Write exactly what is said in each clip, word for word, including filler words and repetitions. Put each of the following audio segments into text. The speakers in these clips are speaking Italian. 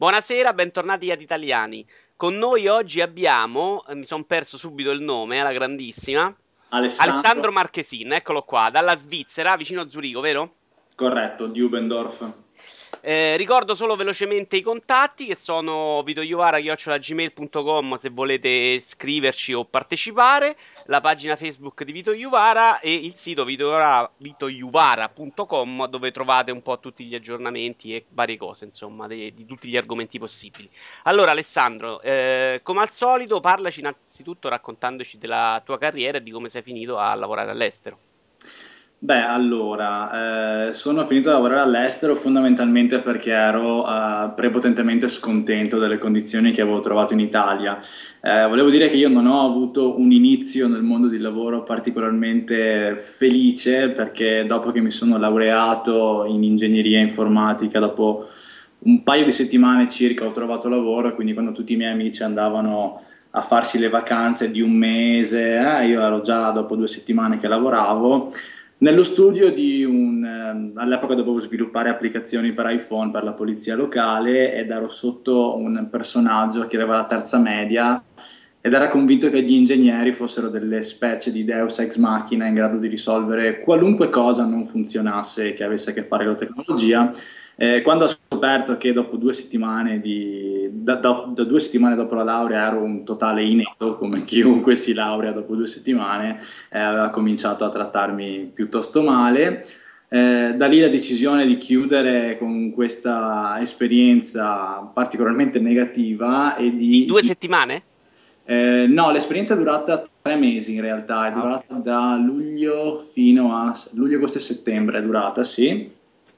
Buonasera, bentornati ad Italiani. Con noi oggi abbiamo, eh, mi sono perso subito il nome, alla grandissima, Alessandro, Alessandro Marchesin, eccolo qua, dalla Svizzera, vicino a Zurigo, vero? corretto, Dubendorf. Eh, ricordo solo velocemente i contatti che sono vitoiuvara-gmail punto com se volete scriverci o partecipare, la pagina Facebook di Vito Iuvara e il sito vitoiuvara- vitoiuvara punto com dove trovate un po' tutti gli aggiornamenti e varie cose, insomma, de- di tutti gli argomenti possibili. Allora, Alessandro, eh, come al solito, parlaci innanzitutto raccontandoci della tua carriera e di come sei finito a lavorare all'estero. Beh, allora, eh, sono finito a lavorare all'estero fondamentalmente perché ero eh, prepotentemente scontento delle condizioni che avevo trovato in Italia. Eh, volevo dire che io non ho avuto un inizio nel mondo del lavoro particolarmente felice perché dopo che mi sono laureato in ingegneria informatica, dopo un paio di settimane circa ho trovato lavoro e quindi quando tutti i miei amici andavano a farsi le vacanze di un mese, eh, io ero già dopo due settimane che lavoravo. Nello studio di un, ehm, all'epoca dovevo sviluppare applicazioni per iPhone per la polizia locale ed ero sotto un personaggio che aveva la terza media ed era convinto che gli ingegneri fossero delle specie di Deus ex machina in grado di risolvere qualunque cosa non funzionasse e che avesse a che fare con la tecnologia. Eh, quando ho scoperto che dopo due settimane, di, da, da- da due settimane dopo la laurea ero un totale inetto, come chiunque si laurea dopo due settimane, eh, aveva cominciato a trattarmi piuttosto male. Eh, da lì la decisione di chiudere con questa esperienza particolarmente negativa e Di di... due settimane? eh, no, l'esperienza è durata tre mesi in realtà, è Ah, ok. durata da luglio fino a luglio, agosto e settembre, è durata, sì.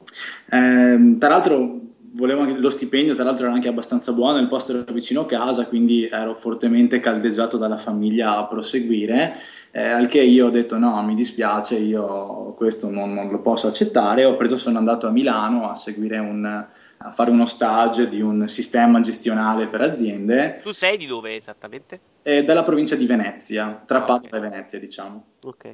Ehm, tra l'altro volevo anche- lo stipendio, tra l'altro era anche abbastanza buono, il posto era vicino a casa, quindi ero fortemente caldeggiato dalla famiglia a proseguire, eh, al che io ho detto no, mi dispiace, io questo non, non lo posso accettare, ho preso, sono andato a Milano a seguire un, a fare uno stage di un sistema gestionale per aziende, Tu sei di dove esattamente? eh, dalla provincia di Venezia, tra Ah, ok. Padova e Venezia, diciamo. Ok.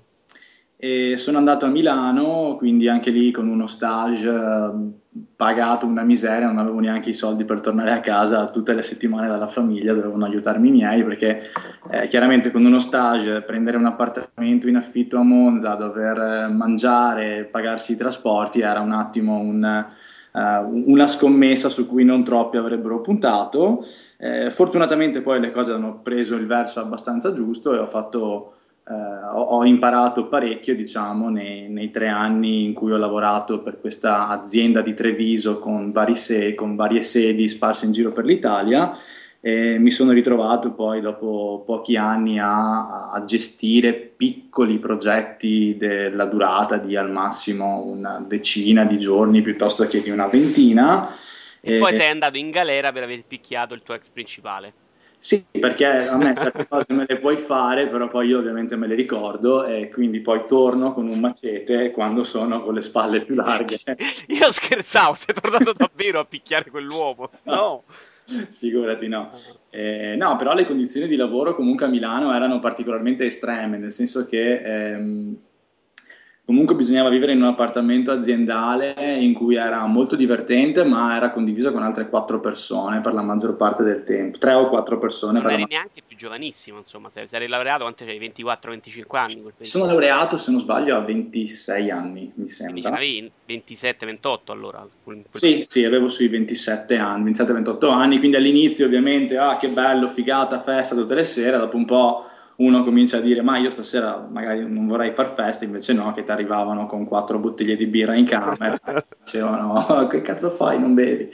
E sono andato a Milano, quindi anche lì con uno stage eh, pagato una miseria, non avevo neanche i soldi per tornare a casa tutte le settimane dalla famiglia, dovevano aiutarmi i miei perché eh, chiaramente con uno stage prendere un appartamento in affitto a Monza, dover eh, mangiare, pagarsi i trasporti era un attimo un, eh, una scommessa su cui non troppi avrebbero puntato. Eh, fortunatamente poi le cose hanno preso il verso abbastanza giusto e ho fatto eh, ho, ho imparato parecchio, diciamo, nei, nei tre anni in cui ho lavorato per questa azienda di Treviso con, vari se- con varie sedi sparse in giro per l'Italia. E mi sono ritrovato poi dopo pochi anni a, a gestire piccoli progetti della durata di al massimo una decina di giorni piuttosto che di una ventina. E poi sei andato in galera per aver picchiato il tuo ex principale. Sì, perché a me certe cose me le puoi fare, però poi io ovviamente me le ricordo e quindi poi torno con un macete quando sono con le spalle più larghe. Io scherzavo, sei tornato davvero a picchiare quell'uomo. No, No. figurati no. Ah. Eh, no, però le condizioni di lavoro comunque a Milano erano particolarmente estreme, nel senso che ehm, comunque bisognava vivere in un appartamento aziendale in cui era molto divertente, ma era condiviso con altre quattro persone per la maggior parte del tempo, tre o quattro persone Non per la eri maggior neanche più giovanissimo, insomma, se sei laureato, quanto c'hai? ventiquattro venticinque anni in quel Mi periodo. sono laureato, se non sbaglio, a ventisei anni, mi Quindi ce sembra. n'avevi ventisette ventotto allora, in quel Sì, periodo. sì, avevo sui ventisette anni, ventisette ventotto anni, quindi all'inizio ovviamente, ah, che bello, figata, festa tutte le sere, dopo un po' uno comincia a dire, ma io stasera magari non vorrei far festa, invece no, che ti arrivavano con quattro bottiglie di birra in camera, dicevano, che cazzo fai, non bevi?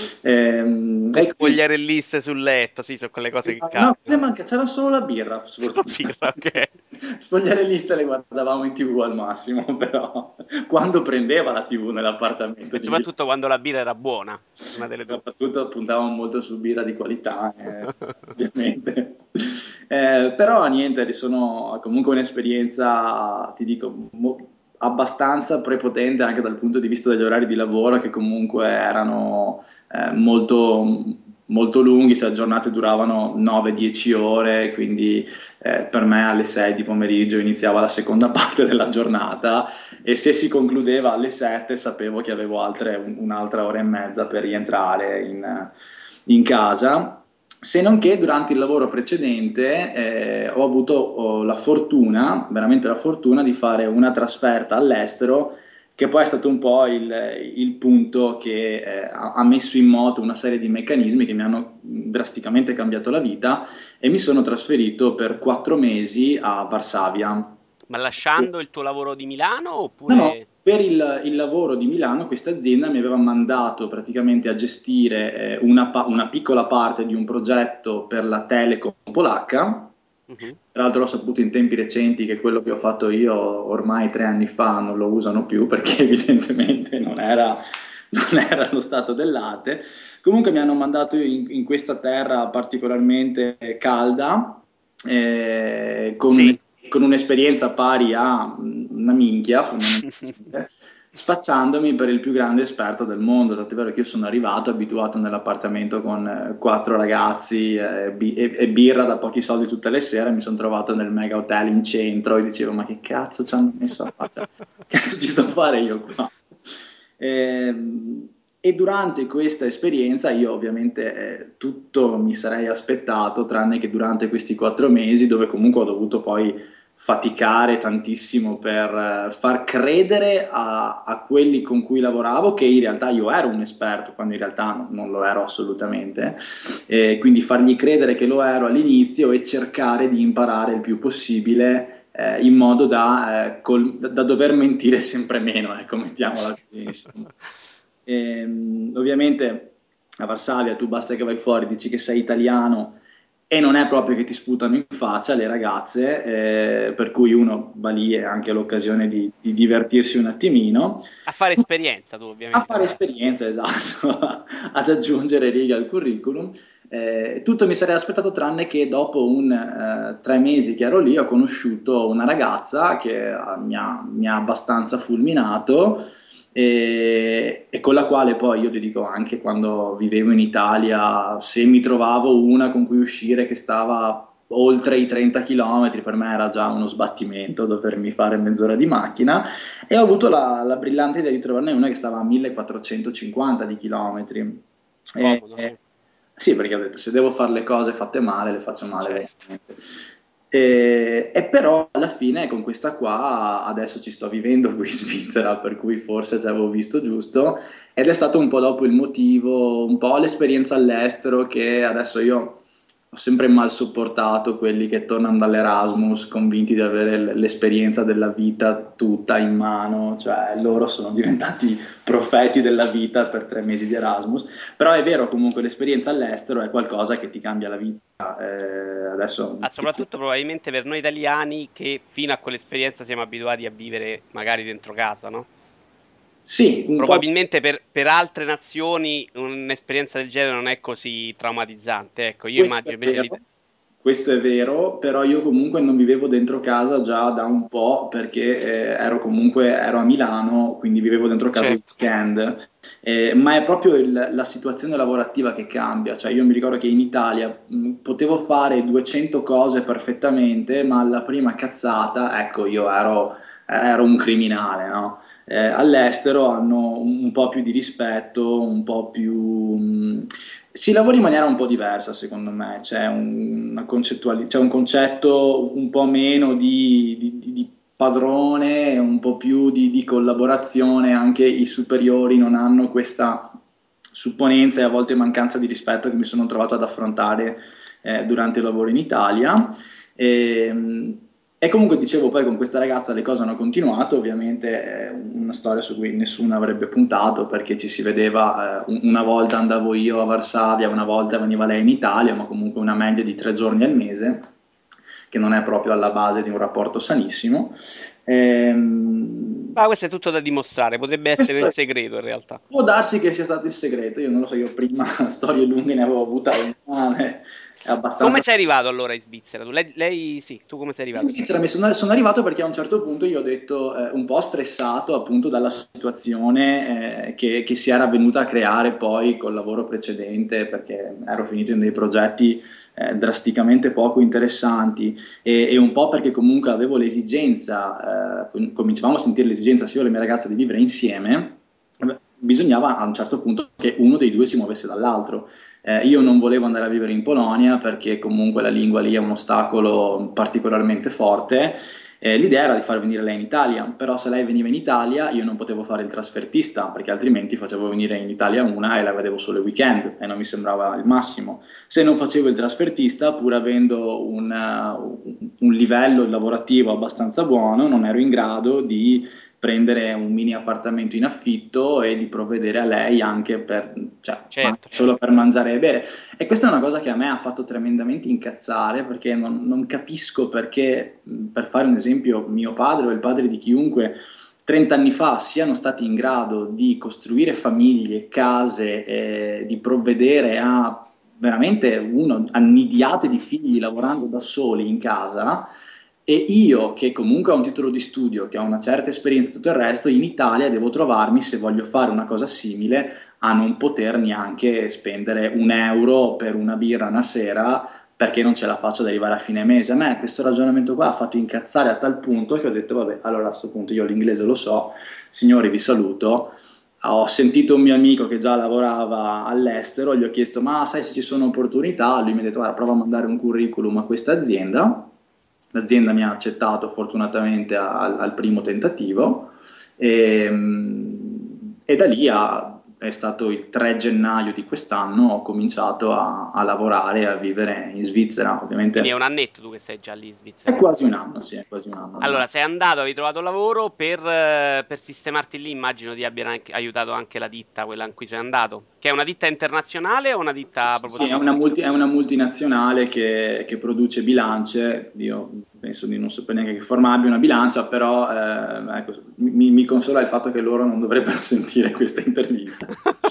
Ehm, Le E, quindi, spogliarelliste sul letto, sì, sono quelle cose che no, ne capitano. manca, c'era solo la birra, Solo sfortunatamente. birra, ok. Spogliare liste le guardavamo in T V al massimo, però quando prendeva la T V nell'appartamento E di Milano. soprattutto quando la birra era buona, una delle due. Soprattutto puntavamo molto su birra di qualità, eh, ovviamente. Eh, però niente, sono comunque un'esperienza, ti dico, mo- abbastanza prepotente anche dal punto di vista degli orari di lavoro che comunque erano eh, molto, molto lunghi, cioè giornate duravano nove dieci ore, quindi eh, per me alle sei di pomeriggio iniziava la seconda parte della giornata e se si concludeva alle sette sapevo che avevo altre, un- un'altra ora e mezza per rientrare in, in casa, se non che durante il lavoro precedente eh, ho avuto oh, la fortuna, veramente la fortuna, di fare una trasferta all'estero, che poi è stato un po' il, il punto che eh, ha ha messo in moto una serie di meccanismi che mi hanno drasticamente cambiato la vita e mi sono trasferito per quattro mesi a Varsavia. Ma lasciando il tuo lavoro di Milano No, no, oppure... per il, il lavoro di Milano questa azienda mi aveva mandato praticamente a gestire eh, una, pa- una piccola parte di un progetto per la Telecom polacca. Mhm. Tra l'altro ho saputo in tempi recenti che quello che ho fatto io ormai tre anni fa non lo usano più perché evidentemente non era, non era lo stato dell'arte. Comunque mi hanno mandato in, in questa terra particolarmente calda, eh, con, Sì. con un'esperienza pari a una minchia, fondamentalmente, spacciandomi per il più grande esperto del mondo. Tant'è vero che io sono arrivato abituato nell'appartamento con eh, quattro ragazzi eh, bi- e, e birra da pochi soldi tutte le sere. Mi sono trovato nel mega hotel in centro e dicevo: Ma che cazzo ci hanno messo a fare? Cioè, che cazzo ci sto a fare io qua? Ehm, E durante questa esperienza io ovviamente eh, tutto mi sarei aspettato, tranne che durante questi quattro mesi, dove comunque ho dovuto poi faticare tantissimo per eh, far credere a, a quelli con cui lavoravo che in realtà io ero un esperto, quando in realtà non, non lo ero assolutamente, e quindi fargli credere che lo ero all'inizio e cercare di imparare il più possibile eh, in modo da, eh, col- da dover mentire sempre meno, ecco, mettiamola così, insomma. Ehm, ovviamente a Varsavia tu basta che vai fuori, dici che sei italiano e non è proprio che ti sputano in faccia le ragazze, eh, per cui uno va lì e ha anche l'occasione di, di divertirsi un attimino, A fare esperienza tu a ovviamente fare vai. esperienza, esatto, ad aggiungere righe al curriculum. Eh, tutto mi sarei aspettato tranne che dopo un eh, tre mesi che ero lì ho conosciuto una ragazza che eh, mi ha, mi ha abbastanza fulminato e, e con la quale poi io ti dico anche quando vivevo in Italia, se mi trovavo una con cui uscire che stava oltre i trenta chilometri, per me era già uno sbattimento dovermi fare mezz'ora di macchina e ho avuto la, la brillante idea di trovarne una che stava a millequattrocentocinquanta di chilometri. E- Comodo, e- sì. sì, perché ho detto se devo fare le cose fatte male, le faccio male Certo. veramente. E, e però alla fine con questa qua adesso ci sto vivendo qui in Svizzera, per cui forse ci avevo visto giusto, ed è stato un po' dopo il motivo, un po' l'esperienza all'estero che adesso io ho sempre mal sopportato quelli che tornano dall'Erasmus convinti di avere l- l'esperienza della vita tutta in mano, cioè loro sono diventati profeti della vita per tre mesi di Erasmus, però è vero comunque l'esperienza all'estero è qualcosa che ti cambia la vita. Eh, adesso Ah, soprattutto probabilmente per noi italiani che fino a quell'esperienza siamo abituati a vivere magari dentro casa, no? sì, un po'. Probabilmente per, per altre nazioni un'esperienza del genere non è così traumatizzante. Ecco, io Questo è immagino invece vero, l'Italia. questo è vero, però io comunque non vivevo dentro casa già da un po' perché eh, ero comunque ero a Milano, quindi vivevo dentro casa il Certo. weekend. Eh, ma è proprio il- la situazione lavorativa che cambia, cioè io mi ricordo che in Italia mh, potevo fare duecento cose perfettamente, ma alla prima cazzata, ecco, io ero, ero un criminale, no? Eh, all'estero hanno un, un po' più di rispetto, un po' più... mh, si lavora in maniera un po' diversa, secondo me, c'è un, una concettuali- c'è un concetto un po' meno di, di- di- di padrone, e un po' più di, di collaborazione, anche i superiori non hanno questa supponenza e a volte mancanza di rispetto che mi sono trovato ad affrontare eh, durante il lavoro in Italia. E, e comunque dicevo, poi con questa ragazza le cose hanno continuato, ovviamente è una storia su cui nessuno avrebbe puntato perché ci si vedeva, eh, una volta andavo io a Varsavia, una volta veniva lei in Italia, ma comunque una media di tre giorni al mese, che non è proprio alla base di un rapporto sanissimo. Ehm, Ma questo è tutto da dimostrare, potrebbe essere questo il è- segreto in realtà. Può darsi che sia stato il segreto, io non lo so, io prima storie lunghe ne avevo avuta una, eh, è Come abbastanza. sei arrivato allora in Svizzera? Tu? Lei, lei sì, tu come sei In arrivato? Svizzera mi sono, sono arrivato perché a un certo punto io ho detto, eh, un po' stressato appunto dalla situazione eh, che, che si era venuta a creare poi col lavoro precedente, perché ero finito in dei progetti eh, drasticamente poco interessanti e, e un po' perché comunque avevo l'esigenza, eh, com- cominciavamo a sentire l'esigenza sia io e la mia ragazza di vivere insieme. Bisogna bisognava a un certo punto che uno dei due si muovesse dall'altro. Eh, io non volevo andare a vivere in Polonia perché comunque la lingua lì è un ostacolo particolarmente forte. Eh, l'idea era di far venire lei in Italia, però se lei veniva in Italia io non potevo fare il trasfertista perché altrimenti facevo venire in Italia una e la vedevo solo il weekend e non mi sembrava il massimo. Se non facevo il trasfertista, pur avendo un, uh, un livello lavorativo abbastanza buono, non ero in grado di prendere un mini appartamento in affitto e di provvedere a lei anche per, cioè, ma anche Certo, solo certo. per mangiare e bere. E questa è una cosa che a me ha fatto tremendamente incazzare perché non, non capisco perché, per fare un esempio, mio padre o il padre di chiunque trenta anni fa siano stati in grado di costruire famiglie, case, eh, di provvedere a veramente uno, annidiate di figli lavorando da soli in casa. E io, che comunque ho un titolo di studio, che ho una certa esperienza e tutto il resto, in Italia devo trovarmi, se voglio fare una cosa simile, a non poter neanche spendere un euro per una birra una sera perché non ce la faccio ad arrivare a fine mese. A me questo ragionamento qua ha fatto incazzare a tal punto che ho detto, vabbè, allora a questo punto io l'inglese lo so, signori vi saluto. Ho sentito un mio amico che già lavorava all'estero, gli ho chiesto, ma sai se ci sono opportunità? Lui mi ha detto, guarda, prova a mandare un curriculum a questa azienda. L'azienda mi ha accettato fortunatamente al, al primo tentativo e, e da lì a- è stato il tre gennaio di quest'anno, ho cominciato a, a lavorare e a vivere in Svizzera, Quindi è ovviamente un annetto tu che sei già lì in è Svizzera. quasi un anno, sì, è quasi un anno ormai. Allora, sei andato, avevi trovato lavoro per, eh, per sistemarti lì, immagino ti abbia anche- aiutato anche la ditta, quella in cui sei andato. Che è una ditta internazionale o una ditta proprio Sì, è una, svizzera? multi- è una multinazionale che, che produce bilance, io penso di non sapere neanche che forma abbia una bilancia, però eh, ecco, mi, mi consola il fatto che loro non dovrebbero sentire questa intervista.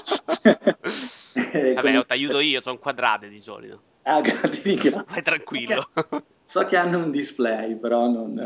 Eh, Vabbè, ti comunque, aiuto io, sono quadrate di solito. ah, ti ringrazio. Vai So che, tranquillo. so che hanno un display, però non...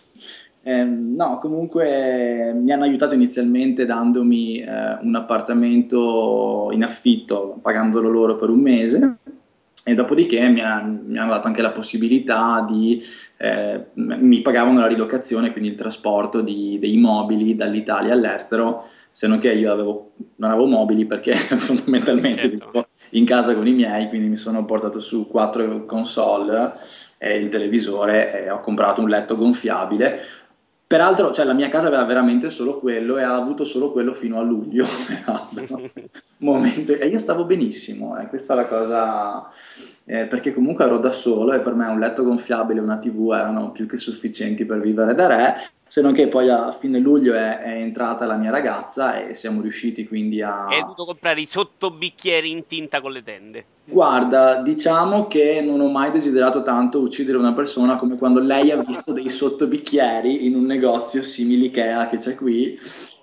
Ehm, no, comunque mi hanno aiutato inizialmente dandomi eh, un appartamento in affitto, pagandolo loro per un mese, e dopodiché mi, ha- mi hanno dato anche la possibilità di, eh, mi pagavano la rilocazione, quindi il trasporto di- dei mobili dall'Italia all'estero, se non che io avevo, non avevo mobili perché fondamentalmente Certo. vivo in casa con i miei, quindi mi sono portato su quattro console e il televisore e ho comprato un letto gonfiabile. Peraltro, cioè, la mia casa aveva veramente solo quello e ha avuto solo quello fino a luglio, peraltro. Momento- e io stavo benissimo, eh, questa è la cosa, eh, perché comunque ero da solo e per me un letto gonfiabile e una T V erano più che sufficienti per vivere da re, se non che poi a fine luglio è, è entrata la mia ragazza e siamo riusciti quindi E hai a... dovuto comprare i sottobicchieri in tinta con le tende. Guarda, diciamo che non ho mai desiderato tanto uccidere una persona come quando lei ha visto dei sottobicchieri in un negozio simile Ikea che c'è qui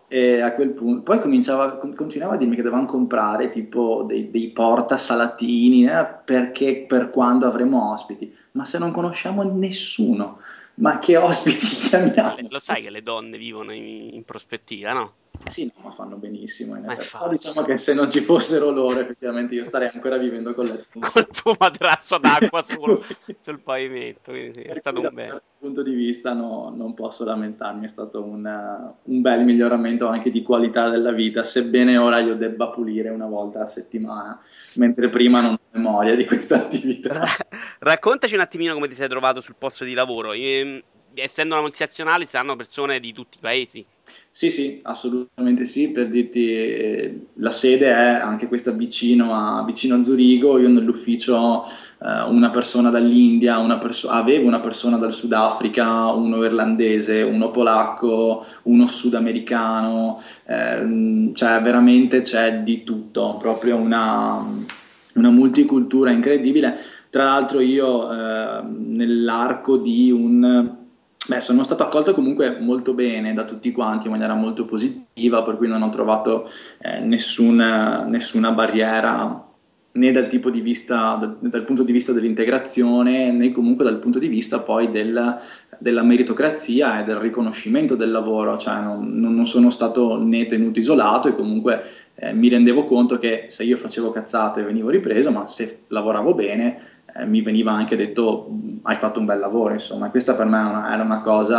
e a quel punto poi cominciava, con- continuava a dirmi che dovevamo comprare tipo dei, dei portasalatini eh, perché per quando avremo ospiti, ma se non conosciamo nessuno, ma che ospiti Ma le- chiamiamo? lo sai che le donne vivono in, in prospettiva, no? Sì, no, ma fanno benissimo in Ma effetti. Però infatti. diciamo che se non ci fossero loro, effettivamente io starei ancora vivendo con le Col tuo materasso d'acqua sul, Cui sul pavimento. Quindi sì, è per stato cui da un un bene. certo punto di vista no- non posso lamentarmi, è stato un, eh, un bel miglioramento anche di qualità della vita, sebbene ora io debba pulire una volta a settimana, mentre prima non ho memoria di questa Ra- attività. raccontaci un attimino come ti sei trovato sul posto di lavoro. Ehm, essendo una multinazionale, saranno persone di tutti i paesi. Sì, sì, assolutamente sì, per dirti, eh, la sede è anche questa vicino a, vicino a Zurigo, io nell'ufficio ho eh, una persona dall'India, una perso- avevo una persona dal Sudafrica, uno irlandese, uno polacco, uno sudamericano, ehm, cioè veramente c'è di tutto, proprio una, una multicultura incredibile. Tra l'altro io eh, nell'arco di un... Beh, sono stato accolto comunque molto bene da tutti quanti, in maniera molto positiva, per cui non ho trovato eh, nessuna, nessuna barriera né dal tipo di vista, dal, dal punto di vista dell'integrazione, né comunque dal punto di vista poi del- della meritocrazia e del riconoscimento del lavoro, cioè non, non- non sono stato né tenuto isolato e comunque eh, mi rendevo conto che se io facevo cazzate venivo ripreso, ma se lavoravo bene eh, mi veniva anche detto hai fatto un bel lavoro, insomma, questa per me era una, era una cosa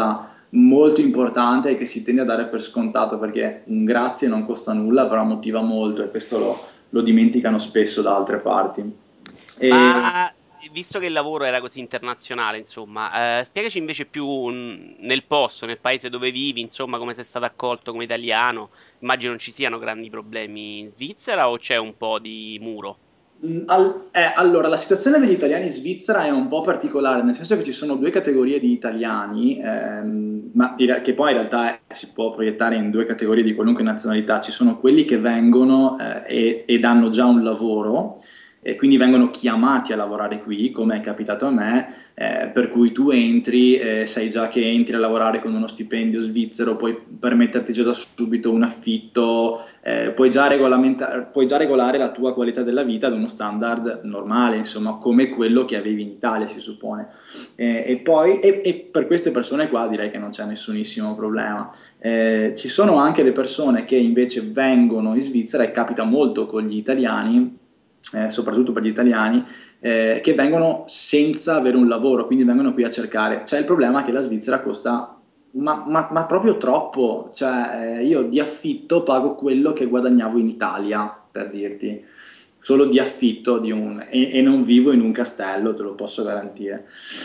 molto importante e che si tende a dare per scontato, perché un grazie non costa nulla, però motiva molto e questo lo, lo dimenticano spesso da altre parti. E Ma visto che il lavoro era così internazionale, insomma, eh, spiegaci invece più mh, nel posto, nel paese dove vivi, insomma, come sei stato accolto come italiano. Immagino non ci siano grandi problemi in Svizzera o c'è un po' di muro? Mm, al- eh, allora, la situazione degli italiani in Svizzera è un po' particolare, nel senso che ci sono due categorie di italiani, ehm, ma in re- che poi in realtà eh, si può proiettare in due categorie di qualunque nazionalità. Ci sono quelli che vengono eh, e- ed hanno già un lavoro, e quindi vengono chiamati a lavorare qui, come è capitato a me, eh, per cui tu entri, eh, sai già che entri a lavorare con uno stipendio svizzero, puoi permetterti già da subito un affitto, eh, puoi già regolamenta- puoi già regolare la tua qualità della vita ad uno standard normale, insomma, come quello che avevi in Italia, si suppone. Eh, e poi, e, e per queste persone qua direi che non c'è nessunissimo problema. Eh, ci sono anche le persone che invece vengono in Svizzera, e capita molto con gli italiani, eh, soprattutto per gli italiani, eh, che vengono senza avere un lavoro, quindi vengono qui a cercare. C'è il problema che la Svizzera costa ma, ma- ma proprio troppo, cioè eh, io di affitto pago quello che guadagnavo in Italia, per dirti, solo di affitto di un, e, e non vivo in un castello, te lo posso garantire.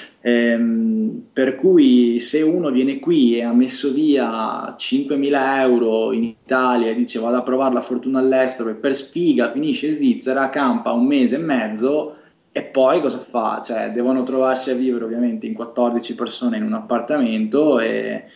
Ehm, per cui se uno viene qui e ha messo via cinquemila euro in Italia e dice vado a provare la fortuna all'estero e per sfiga finisce in Svizzera, campa un mese e mezzo e poi cosa fa? Cioè, devono trovarsi a vivere ovviamente in quattordici persone in un appartamento e,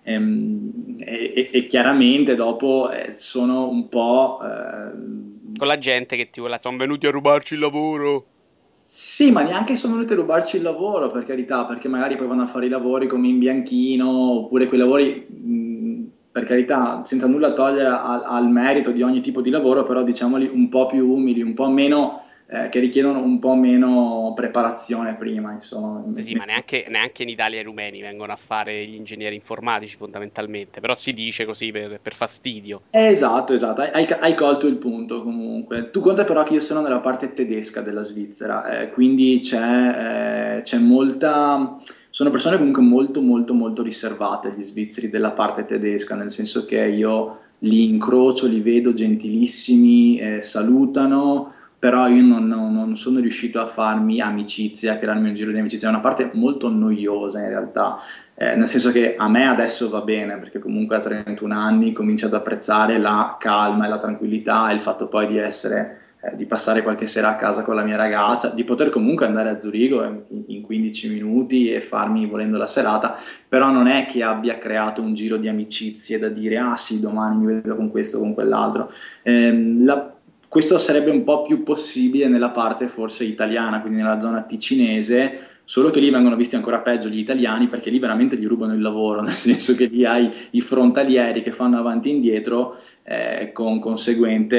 ehm, e- e chiaramente dopo eh, sono un po'... eh, Con la gente che ti vuole, sono venuti a rubarci il lavoro. sì, ma neanche sono venuti a rubarci il lavoro, per carità, perché magari poi vanno a fare i lavori come in bianchino, oppure quei lavori, mh, per carità, senza nulla togliere al, al merito di ogni tipo di lavoro, però diciamoli un po' più umili, un po' meno, eh, che richiedono un po' meno preparazione prima, insomma. Sì, sì, ma neanche, neanche in Italia i rumeni vengono a fare gli ingegneri informatici fondamentalmente, però si dice così per, per fastidio. Eh, Esatto, esatto, hai, hai- hai colto il punto comunque. Tu conta però che io sono nella parte tedesca della Svizzera, eh, quindi c'è eh, c'è molta... Sono persone comunque molto molto molto riservate, gli svizzeri della parte tedesca, nel senso che io li incrocio, li vedo gentilissimi, eh, salutano, però io non, non- non sono riuscito a farmi amicizia, a crearmi un giro di amicizia, è una parte molto noiosa in realtà. Eh, nel senso che a me adesso va bene, perché comunque a trentuno anni comincio ad apprezzare la calma e la tranquillità e il fatto poi di essere, eh, di passare qualche sera a casa con la mia ragazza, di poter comunque andare a Zurigo in, in quindici minuti e farmi volendo la serata, però non è che abbia creato un giro di amicizie da dire ah sì, domani mi vedo con questo o con quell'altro. Ehm, la- questo sarebbe un po' più possibile nella parte forse italiana, quindi nella zona ticinese, solo che lì vengono visti ancora peggio gli italiani perché lì veramente gli rubano il lavoro, nel senso che lì hai i frontalieri che fanno avanti e indietro eh, con conseguente,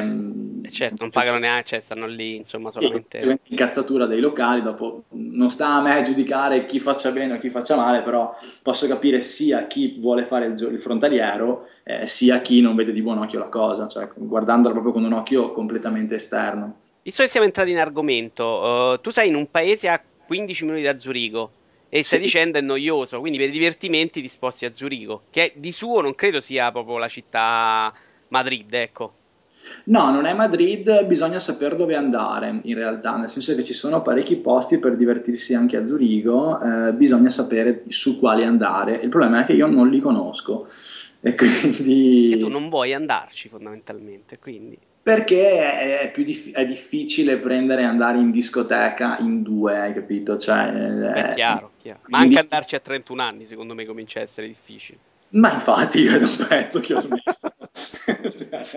E ehm, certo, non pagano neanche, cioè stanno lì, insomma, sì, solamente... conseguente incazzatura dei locali. Dopo non sta a me giudicare chi faccia bene o chi faccia male, però posso capire sia chi vuole fare il, gio- il frontaliero, eh, sia chi non vede di buon occhio la cosa, cioè guardandolo proprio con un occhio completamente esterno. Visto che siamo entrati in argomento, eh, tu sei in un paese a quindici minuti da Zurigo e stai Sì. dicendo è noioso, quindi per i divertimenti ti sposti a Zurigo, che di suo non credo sia proprio la città Madrid, ecco. No, non è Madrid, bisogna sapere dove andare in realtà, nel senso che ci sono parecchi posti per divertirsi anche a Zurigo, eh, bisogna sapere su quali andare. Il problema è che io non li conosco e Che tu quindi non vuoi andarci fondamentalmente, quindi perché è, è più dif- è difficile prendere e andare in discoteca in due, hai capito? beh, Cioè, eh, chiaro, chiaro. Ma anche quindi, andarci a trentuno anni, secondo me comincia a essere difficile. ma infatti io è da un pezzo che ho smesso. Cioè,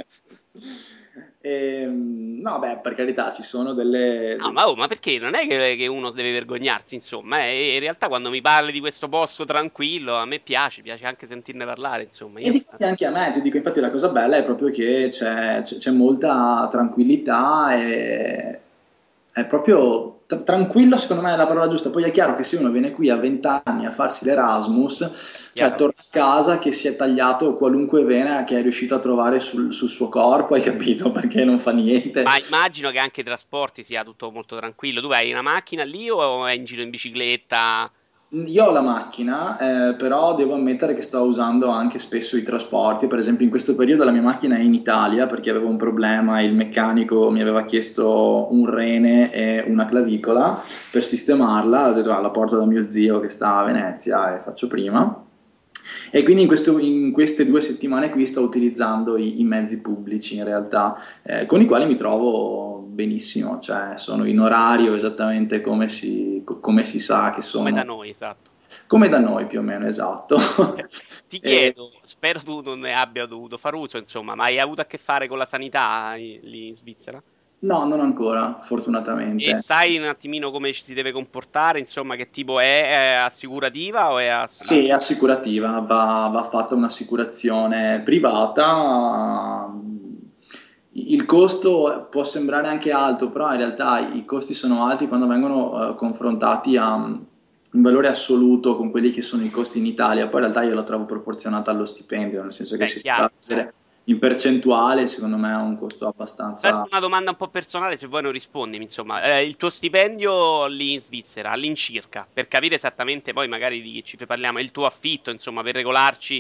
ehm, no, beh, per carità, ci sono delle, No, ma, oh, ma perché? Non è che, che uno deve vergognarsi, insomma. eh, In realtà quando mi parli di questo posto tranquillo, a me piace, piace anche sentirne parlare, insomma. E Io... difatti anche a me, ti dico, infatti la cosa bella è proprio che c'è c'è- c'è molta tranquillità e è proprio tra- tranquillo, secondo me è la parola giusta. Poi è chiaro che se uno viene qui a venti anni a farsi l'Erasmus, È cioè chiaro. torna a casa che si è tagliato qualunque vena che è riuscito a trovare sul, sul suo corpo, hai capito? Perché non fa niente. Ma immagino che anche i trasporti sia tutto molto tranquillo. Tu hai una macchina lì o è in giro in bicicletta? Io ho la macchina, eh, però devo ammettere che sto usando anche spesso i trasporti. Per esempio, in questo periodo la mia macchina è in Italia perché avevo un problema, il meccanico mi aveva chiesto un rene e una clavicola per sistemarla. Ho detto, "Ah, la porto da mio zio che sta a Venezia e faccio prima." E quindi in, questo- in queste due settimane qui sto utilizzando i, i mezzi pubblici in realtà, eh, con i quali mi trovo benissimo, cioè sono in orario esattamente come si, come si sa che Come da sono, noi, esatto. come da noi più o meno, esatto. Ti E- chiedo, spero tu non ne abbia dovuto far uso, insomma, ma hai avuto a che fare con la sanità i- lì in Svizzera? no, non ancora, E fortunatamente. sai un attimino come ci si deve comportare, insomma, che tipo è, è assicurativa o è ass- Sì, è assicurativa, va, va fatta un'assicurazione privata. Il costo può sembrare anche alto, però in realtà i costi sono alti quando vengono eh, confrontati a um, un valore assoluto con quelli che sono i costi in Italia. Poi in realtà io la trovo proporzionata allo stipendio, nel senso che Beh, si sta a chiaro. vedere in percentuale, secondo me è un costo Faccio abbastanza. una domanda un po' personale, se vuoi non rispondimi, insomma, Eh, il tuo stipendio lì in Svizzera, all'incirca, per capire esattamente poi magari di che cifre parliamo, il tuo affitto, insomma, per regolarci.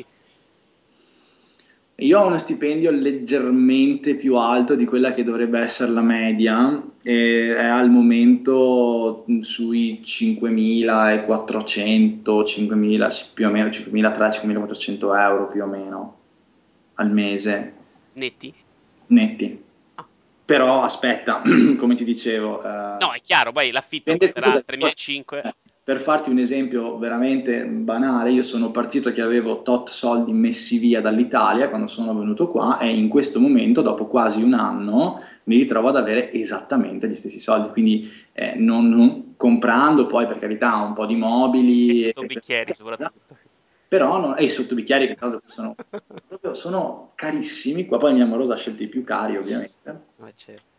Io ho uno stipendio leggermente più alto di quella che dovrebbe essere la media, e è al momento sui cinquemilaquattrocento, cinquemila, sì, più o meno cinquemilatrecento, cinquemilaquattrocento euro più o meno al mese, Netti? netti. Ah. Però aspetta, come ti dicevo, No, eh, è chiaro, poi l'affitto dipende tutto costerà dai costi. tremilacinquecento. Eh, Per farti un esempio veramente banale, io sono partito che avevo tot soldi messi via dall'Italia quando sono venuto qua e in questo momento, dopo quasi un anno, mi ritrovo ad avere esattamente gli stessi soldi. Quindi eh, non, non- comprando poi per carità un po' di E mobili, sotto e questa bicchieri cosa, soprattutto. però non- e i sottobicchieri che tra l'altro sono, proprio- sono carissimi. Qua poi mia amorosa ha scelto i più cari ovviamente. Ma certo.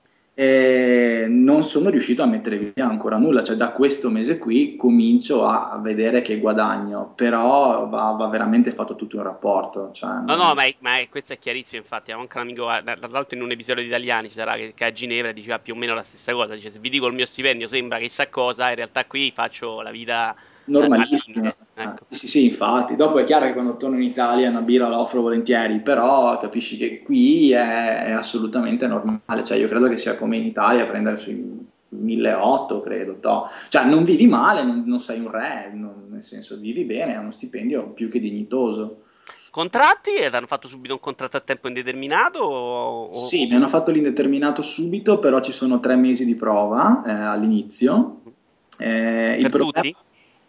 E non sono riuscito a mettere via ancora nulla, cioè da questo mese qui comincio a vedere che guadagno, però va, va veramente fatto tutto un rapporto, cioè No, no, non- ma, è- ma è- questo è chiarissimo, infatti, ho anche un amico, eh, tra l'altro in un episodio di Italiani ci sarà che, che a Ginevra diceva più o meno la stessa cosa, dice se vi dico il mio stipendio sembra chissà cosa, in realtà qui faccio la vita eh, al normalissimo. limite, Ah, ecco. sì, sì, sì, infatti. Dopo è chiaro che quando torno in Italia una birra la offro volentieri, però capisci che qui è, è assolutamente normale, cioè io credo che sia come in Italia prendere sui milleottocento, credo, toh. Cioè non vivi male, non, non sei un re, non- nel senso vivi bene, è uno stipendio più che dignitoso. Contratti? Ed hanno fatto subito un contratto a tempo indeterminato? O, o- Sì, mi hanno fatto l'indeterminato subito, però ci sono tre mesi di prova eh, all'inizio. Eh, il per problema, tutti?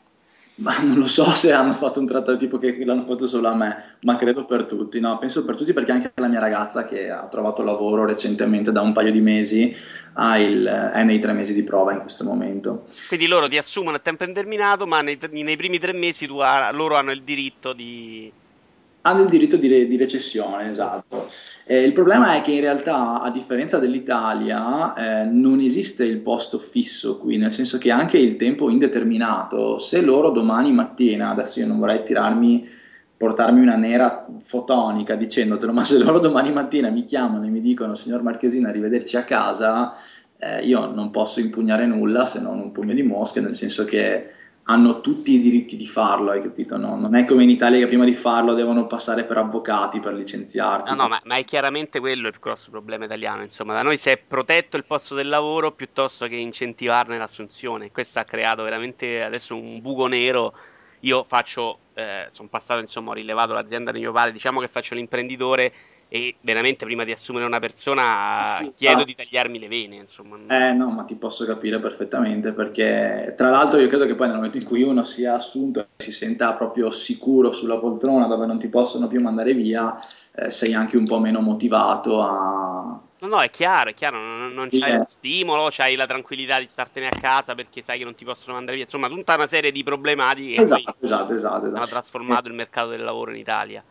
ma non lo so se hanno fatto un trattato tipo che l'hanno fatto solo a me, ma credo per tutti. No, penso per tutti perché anche la mia ragazza che ha trovato lavoro recentemente da un paio di mesi ha il- è nei tre mesi di prova in questo momento. Quindi loro ti assumono a tempo indeterminato, ma nei, nei primi tre mesi tu ha- loro hanno il diritto di... Hanno il diritto di, re- di recessione, Ah, esatto. Eh, il problema è che in realtà, a differenza dell'Italia, eh, non esiste il posto fisso qui, nel senso che anche il tempo indeterminato, se loro domani mattina, adesso io non vorrei tirarmi, portarmi una nera fotonica dicendotelo, ma se loro domani mattina mi chiamano e mi dicono, signor Marchesino, arrivederci a casa, eh, io non posso impugnare nulla se non un pugno di mosche, nel senso che hanno tutti i diritti di farlo, hai capito? No? Non è come in Italia che prima di farlo devono passare per avvocati per no, licenziarti. no, ma, ma è chiaramente quello il grosso problema italiano. Insomma, da noi si è protetto il posto del lavoro piuttosto che incentivarne l'assunzione. Questo ha creato veramente adesso un buco nero. Io faccio, eh, sono passato, insomma, ho rilevato l'azienda di mio padre, diciamo che faccio l'imprenditore e veramente prima di assumere una persona Sì, chiedo di tagliarmi le vene, insomma. eh no, ma ti posso capire perfettamente perché tra l'altro io credo che poi nel momento in cui uno sia assunto e si senta proprio sicuro sulla poltrona dove non ti possono più mandare via, eh, sei anche un po' meno motivato a... No, no, è chiaro, è chiaro, non, non c'hai lo stimolo, c'hai la tranquillità di startene a casa perché sai che non ti possono mandare via. Insomma, tutta una serie di problematiche che poi Esatto, esatto, esatto, hanno esatto. Eh, trasformato il mercato del lavoro in Italia.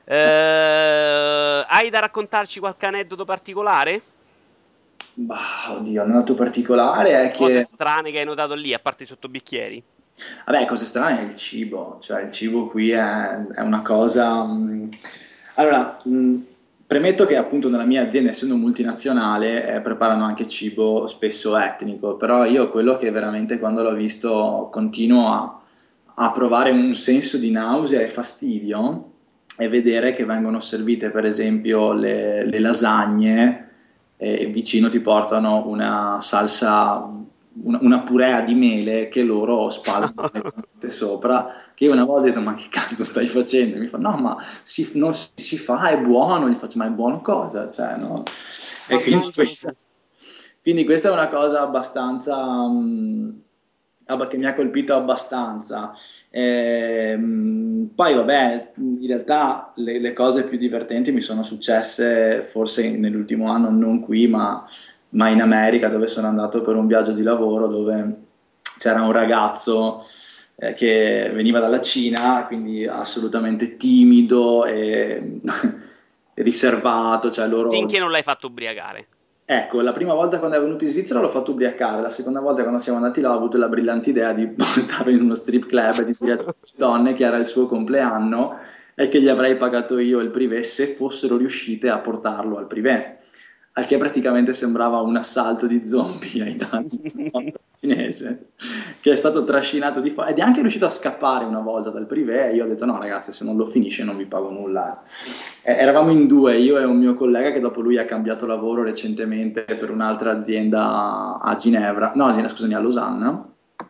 Eh, hai da raccontarci qualche aneddoto particolare? bah, oddio, un dato particolare è Cose che strane che hai notato lì, a parte i sottobicchieri? vabbè, cose strane è il cibo, cioè il cibo qui è, è una cosa... mh, Allora, mh, premetto che appunto nella mia azienda, essendo multinazionale, eh, preparano anche cibo spesso etnico, però io quello che veramente quando l'ho visto continuo a, a provare un senso di nausea e fastidio è vedere che vengono servite, per esempio, le, le lasagne e vicino ti portano una salsa, una, una purea di mele che loro spalmano sopra, che io una volta ho detto, ma che cazzo stai facendo? E mi fa, no, ma si, non si, si fa, è buono. Gli faccio, ma è buono cosa? Cioè, no? E quindi questa, quindi questa è una cosa abbastanza, mh, abba- che mi ha colpito abbastanza. Ehm, poi vabbè, in realtà le, le cose più divertenti mi sono successe forse nell'ultimo anno, non qui, ma, ma in America, dove sono andato per un viaggio di lavoro, dove c'era un ragazzo eh, che veniva dalla Cina, quindi assolutamente timido e riservato, cioè loro. Finché non l'hai fatto ubriacare. Ecco, la prima volta quando è venuto in Svizzera l'ho fatto ubriacare, la seconda volta quando siamo andati là ho avuto la brillante idea di portarlo in uno strip club e di dire a tutte le donne che era il suo compleanno e che gli avrei pagato io il privé se fossero riuscite a portarlo al privé, al che praticamente sembrava un assalto di zombie ai danni del mondo cinese, che è stato trascinato di fuori ed è anche riuscito a scappare una volta dal privé e io ho detto no ragazzi, se non lo finisce non vi pago nulla. Eh, eravamo in due, io e un mio collega che dopo lui ha cambiato lavoro recentemente per un'altra azienda a Ginevra, no, a Ginevra, scusami, a Losanna.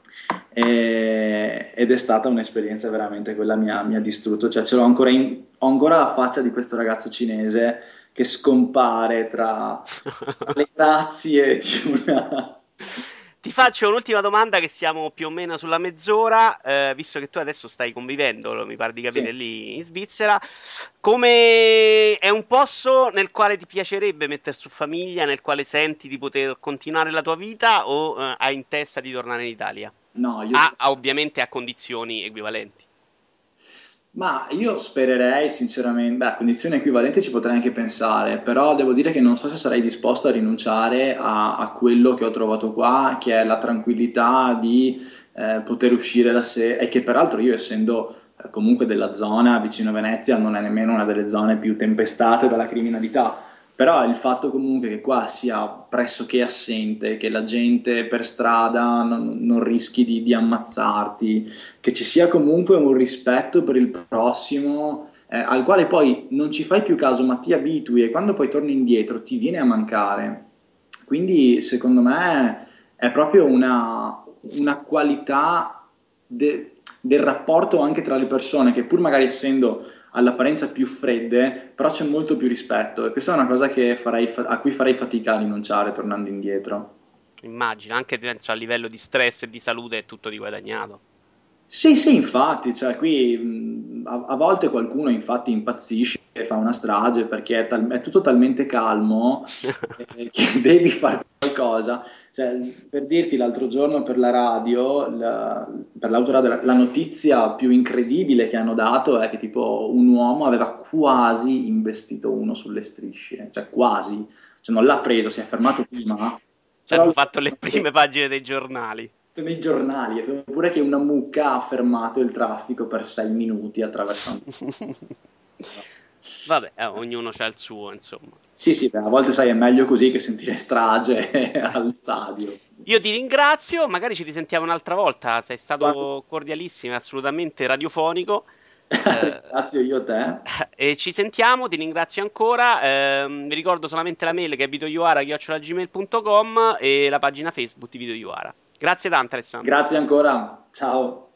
E- ed è stata un'esperienza veramente, quella mi ha, mi ha distrutto, cioè ce l'ho ancora in, ho ancora la faccia di questo ragazzo cinese che scompare tra, tra le grazie di una. Ti faccio un'ultima domanda che siamo più o meno sulla mezz'ora, eh, visto che tu adesso stai convivendo, mi pare di Sì. capire, lì in Svizzera. Come è un posto nel quale ti piacerebbe mettere su famiglia, nel quale senti di poter continuare la tua vita o eh, hai in testa di tornare in Italia? No, io. A, a- ovviamente a condizioni equivalenti. Ma io spererei sinceramente, beh, a condizioni equivalenti ci potrei anche pensare, però devo dire che non so se sarei disposto a rinunciare a, a quello che ho trovato qua, che è la tranquillità di eh, poter uscire la sera e che peraltro io essendo eh, comunque della zona vicino a Venezia non è nemmeno una delle zone più tempestate dalla criminalità, però il fatto comunque che qua sia pressoché assente, che la gente per strada non, non rischi di di ammazzarti, che ci sia comunque un rispetto per il prossimo, eh, al quale poi non ci fai più caso, ma ti abitui e quando poi torni indietro ti viene a mancare. Quindi, secondo me, è proprio una, una qualità de- del rapporto anche tra le persone, che pur magari essendo all'apparenza più fredde, però c'è molto più rispetto e questa è una cosa che farei fa- a cui farei fatica a rinunciare tornando indietro. Immagino, anche penso, a livello di stress e di salute è tutto di guadagnato. Sì, sì, infatti, cioè qui mh, a, a volte qualcuno infatti impazzisce e fa una strage perché è, tal- è tutto talmente calmo eh, che devi fare qualcosa. Cioè, per dirti, l'altro giorno per la radio, la- per l'autoradio, la, la notizia più incredibile che hanno dato è che tipo un uomo aveva quasi investito uno sulle strisce, cioè quasi, cioè non l'ha preso, si è fermato prima, Ci però hanno l'ha fatto le fatto prime pagine dei giornali. nei giornali, oppure che una mucca ha fermato il traffico per sei minuti attraversando. Vabbè, eh, ognuno c'ha il suo, insomma. Sì, sì, beh, a volte sai è meglio così che sentire strage allo stadio. Io ti ringrazio, magari ci risentiamo un'altra volta. Sei Quando- stato cordialissimo e assolutamente radiofonico. Eh, Ringrazio io te. e ci sentiamo, ti ringrazio ancora. Ehm, vi ricordo solamente la mail che è vitoiuara chiocciola gmail punto com e la pagina Facebook di Vito Iuara. Grazie tante, Alessandro. Grazie ancora. Ciao.